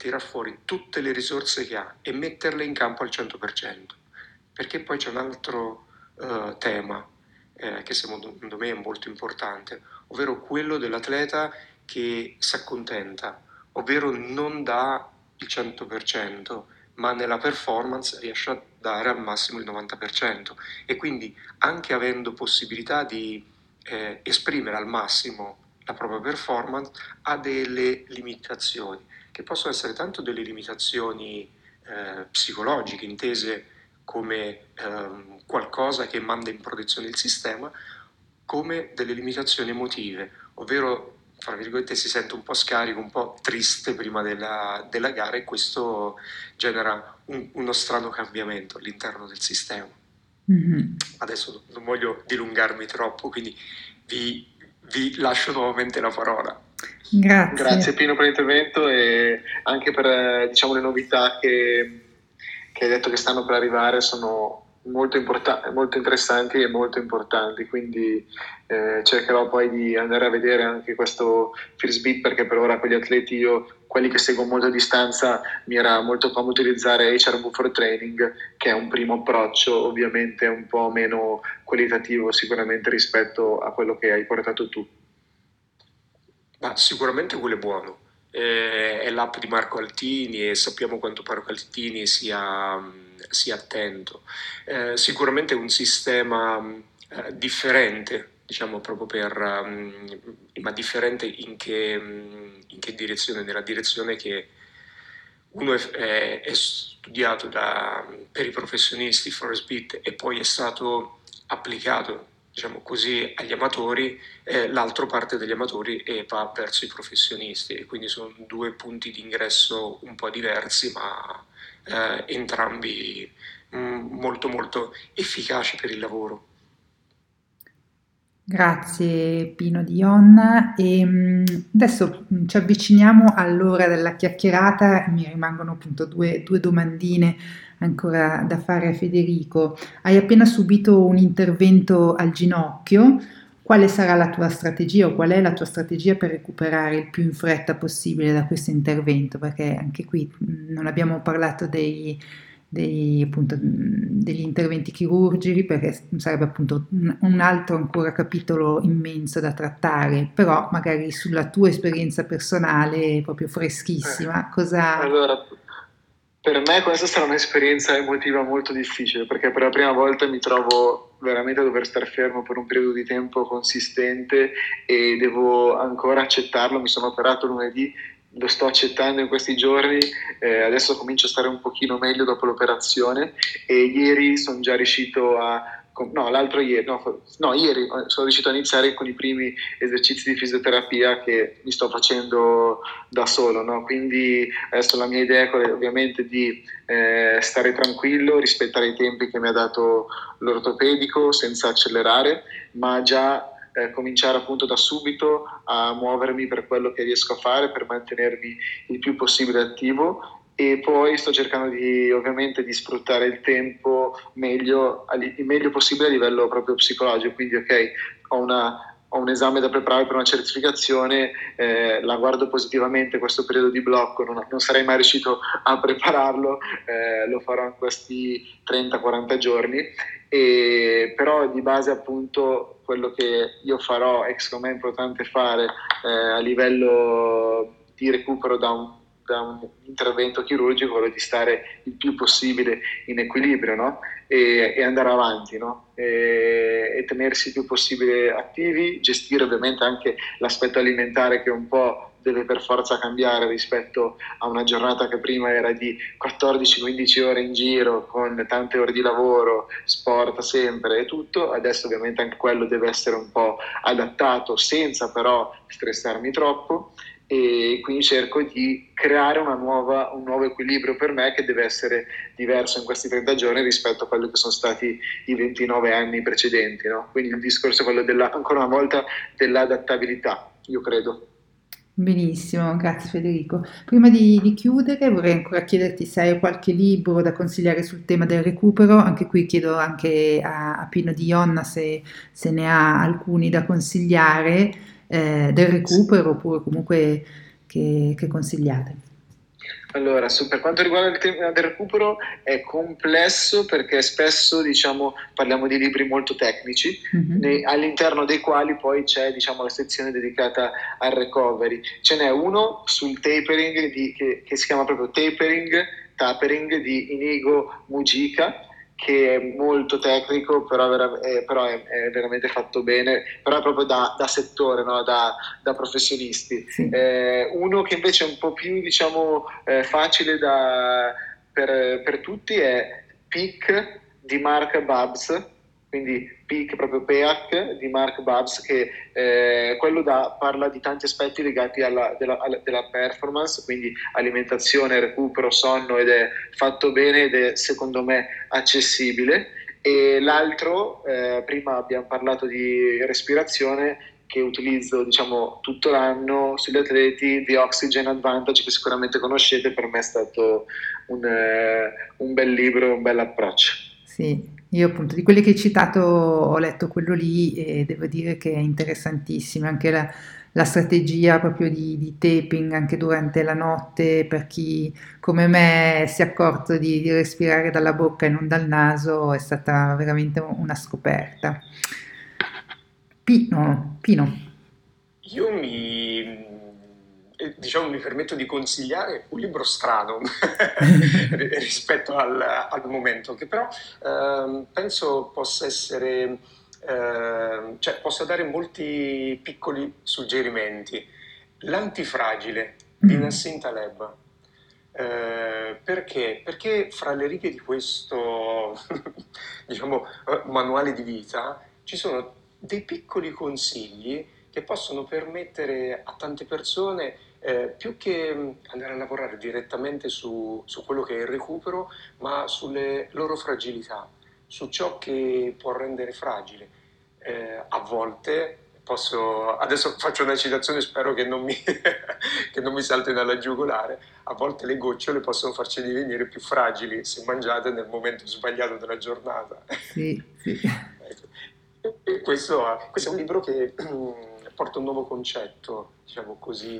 tirar fuori tutte le risorse che ha e metterle in campo al 100%. Perché poi c'è un altro tema che secondo me è molto importante, ovvero quello dell'atleta che si accontenta, ovvero non dà il 100%, ma nella performance riesce a dare al massimo il 90%, e quindi anche avendo possibilità di esprimere al massimo la propria performance ha delle limitazioni, che possono essere tanto delle limitazioni psicologiche, intese come qualcosa che manda in protezione il sistema, come delle limitazioni emotive, ovvero, fra virgolette, si sente un po' scarico, un po' triste prima della gara, e questo genera uno strano cambiamento all'interno del sistema. Mhm. Adesso non voglio dilungarmi troppo, quindi vi lascio nuovamente la parola. Grazie Pino per l'intervento e anche per diciamo, le novità che hai detto che stanno per arrivare, sono molto interessanti e molto importanti, quindi cercherò poi di andare a vedere anche questo First Beat, perché per ora con gli atleti quelli che seguo molto a distanza, mi era molto comodo utilizzare HR for Training, che è un primo approccio, ovviamente un po' meno qualitativo sicuramente rispetto a quello che hai portato tu. Ma sicuramente quello è buono. È l'app di Marco Altini e sappiamo quanto Marco Altini sia attento. Sicuramente è un sistema differente, diciamo proprio ma differente in che direzione? Nella direzione che uno è studiato per i professionisti, Forest Beat, e poi è stato applicato, diciamo così, agli amatori, l'altra parte degli amatori e va verso i professionisti, e quindi sono due punti di ingresso un po' diversi, ma entrambi molto molto efficaci per il lavoro. Grazie Pino di Ionna e adesso ci avviciniamo all'ora della chiacchierata, mi rimangono appunto due domandine ancora da fare a Federico. Hai appena subito un intervento al ginocchio, quale sarà la tua strategia o qual è la tua strategia per recuperare il più in fretta possibile da questo intervento? Perché anche qui non abbiamo parlato appunto, degli interventi chirurgici, perché sarebbe appunto un altro ancora capitolo immenso da trattare, però magari sulla tua esperienza personale, proprio freschissima, cosa... Allora, per me questa sarà un'esperienza emotiva molto difficile, perché per la prima volta mi trovo veramente a dover stare fermo per un periodo di tempo consistente e devo ancora accettarlo. Mi sono operato lunedì, lo sto accettando in questi giorni, adesso comincio a stare un pochino meglio dopo l'operazione e ieri sono già riuscito ieri sono riuscito a iniziare con i primi esercizi di fisioterapia che mi sto facendo da solo, no? Quindi adesso la mia idea è ovviamente di stare tranquillo, rispettare i tempi che mi ha dato l'ortopedico senza accelerare, ma già cominciare appunto da subito a muovermi per quello che riesco a fare per mantenermi il più possibile attivo, e poi sto cercando ovviamente di sfruttare il tempo il meglio possibile a livello proprio psicologico, quindi ok, ho un esame da preparare per una certificazione, la guardo positivamente questo periodo di blocco, non sarei mai riuscito a prepararlo, lo farò in questi 30-40 giorni, però di base appunto quello che io farò e che secondo me è importante fare a livello di recupero da un intervento chirurgico, quello di stare il più possibile in equilibrio, no? E andare avanti, no? E tenersi il più possibile attivi, gestire ovviamente anche l'aspetto alimentare che un po' deve per forza cambiare rispetto a una giornata che prima era di 14-15 ore in giro con tante ore di lavoro, sport sempre e tutto. Adesso ovviamente anche quello deve essere un po' adattato senza però stressarmi troppo, e quindi cerco di creare un nuovo equilibrio per me che deve essere diverso in questi 30 giorni rispetto a quelli che sono stati i 29 anni precedenti, no? Quindi il discorso è quello ancora una volta dell'adattabilità, io credo. Benissimo, grazie Federico. Prima di chiudere vorrei ancora chiederti se hai qualche libro da consigliare sul tema del recupero. Anche qui chiedo anche a Pino di Ionna se ne ha alcuni da consigliare del recupero, oppure comunque che consigliate. Allora, per quanto riguarda il tema del recupero è complesso perché spesso diciamo, parliamo di libri molto tecnici, all'interno dei quali poi c'è diciamo, la sezione dedicata al recovery. Ce n'è uno sul tapering che si chiama proprio Tapering di Inigo Mujica, che è molto tecnico, però è veramente fatto bene, però è proprio da settore, no? Da professionisti. Sì. Uno che invece è un po' più, diciamo, facile per tutti è Peak di Mark Babs, quindi Peak proprio PEAC di Mark Babs, che parla di tanti aspetti legati della performance, quindi alimentazione, recupero, sonno, ed è fatto bene ed è secondo me accessibile. E l'altro, prima abbiamo parlato di respirazione, che utilizzo diciamo tutto l'anno sugli atleti, The Oxygen Advantage, che sicuramente conoscete. Per me è stato un bel libro, un bel approccio. Sì, io appunto di quelli che hai citato ho letto quello lì e devo dire che è interessantissimo, anche la strategia proprio di taping anche durante la notte per chi come me si è accorto di respirare dalla bocca e non dal naso è stata veramente una scoperta. Pino. Io diciamo, mi permetto di consigliare un libro strano rispetto al momento, che però penso possa essere, cioè possa dare molti piccoli suggerimenti. L'antifragile di Nassim Taleb. Perché? Perché fra le righe di questo diciamo, manuale di vita ci sono dei piccoli consigli che possono permettere a tante persone, più che andare a lavorare direttamente su quello che è il recupero, ma sulle loro fragilità, su ciò che può rendere fragile. A volte adesso faccio una citazione, spero che non mi, che non mi saltino alla giugolare. A volte le gocciole possono farci divenire più fragili se mangiate nel momento sbagliato della giornata. Sì, sì. E questo è un libro che porta un nuovo concetto, diciamo così,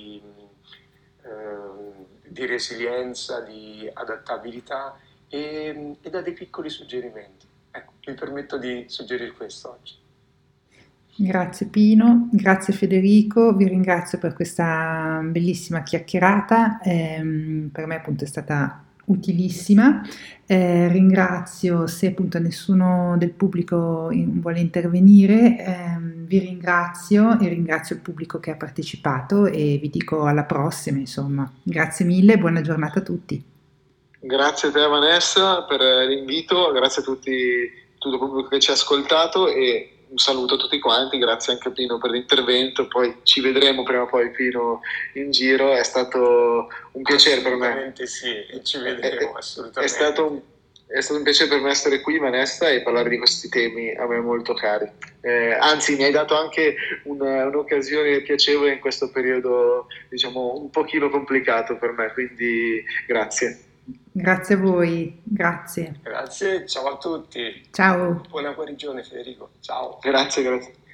di resilienza, di adattabilità e dà dei piccoli suggerimenti. Ecco, mi permetto di suggerire questo oggi. Grazie Pino, grazie Federico, vi ringrazio per questa bellissima chiacchierata, per me appunto è stata utilissima. Ringrazio, se appunto nessuno del pubblico vuole intervenire, vi ringrazio e ringrazio il pubblico che ha partecipato e vi dico alla prossima, insomma. Grazie mille e buona giornata a tutti. Grazie a te Vanessa per l'invito, grazie a tutto il pubblico che ci ha ascoltato e un saluto a tutti quanti, grazie anche a Pino per l'intervento, poi ci vedremo prima o poi Pino in giro, è stato un piacere per me. Assolutamente sì, e ci vedremo assolutamente. È stato un piacere per me essere qui Vanessa e parlare di questi temi a me molto cari. Anzi mi hai dato anche un'occasione piacevole in questo periodo diciamo un pochino complicato per me, quindi grazie. Grazie a voi, grazie. Grazie, ciao a tutti. Ciao. Buona guarigione Federico, ciao. Grazie.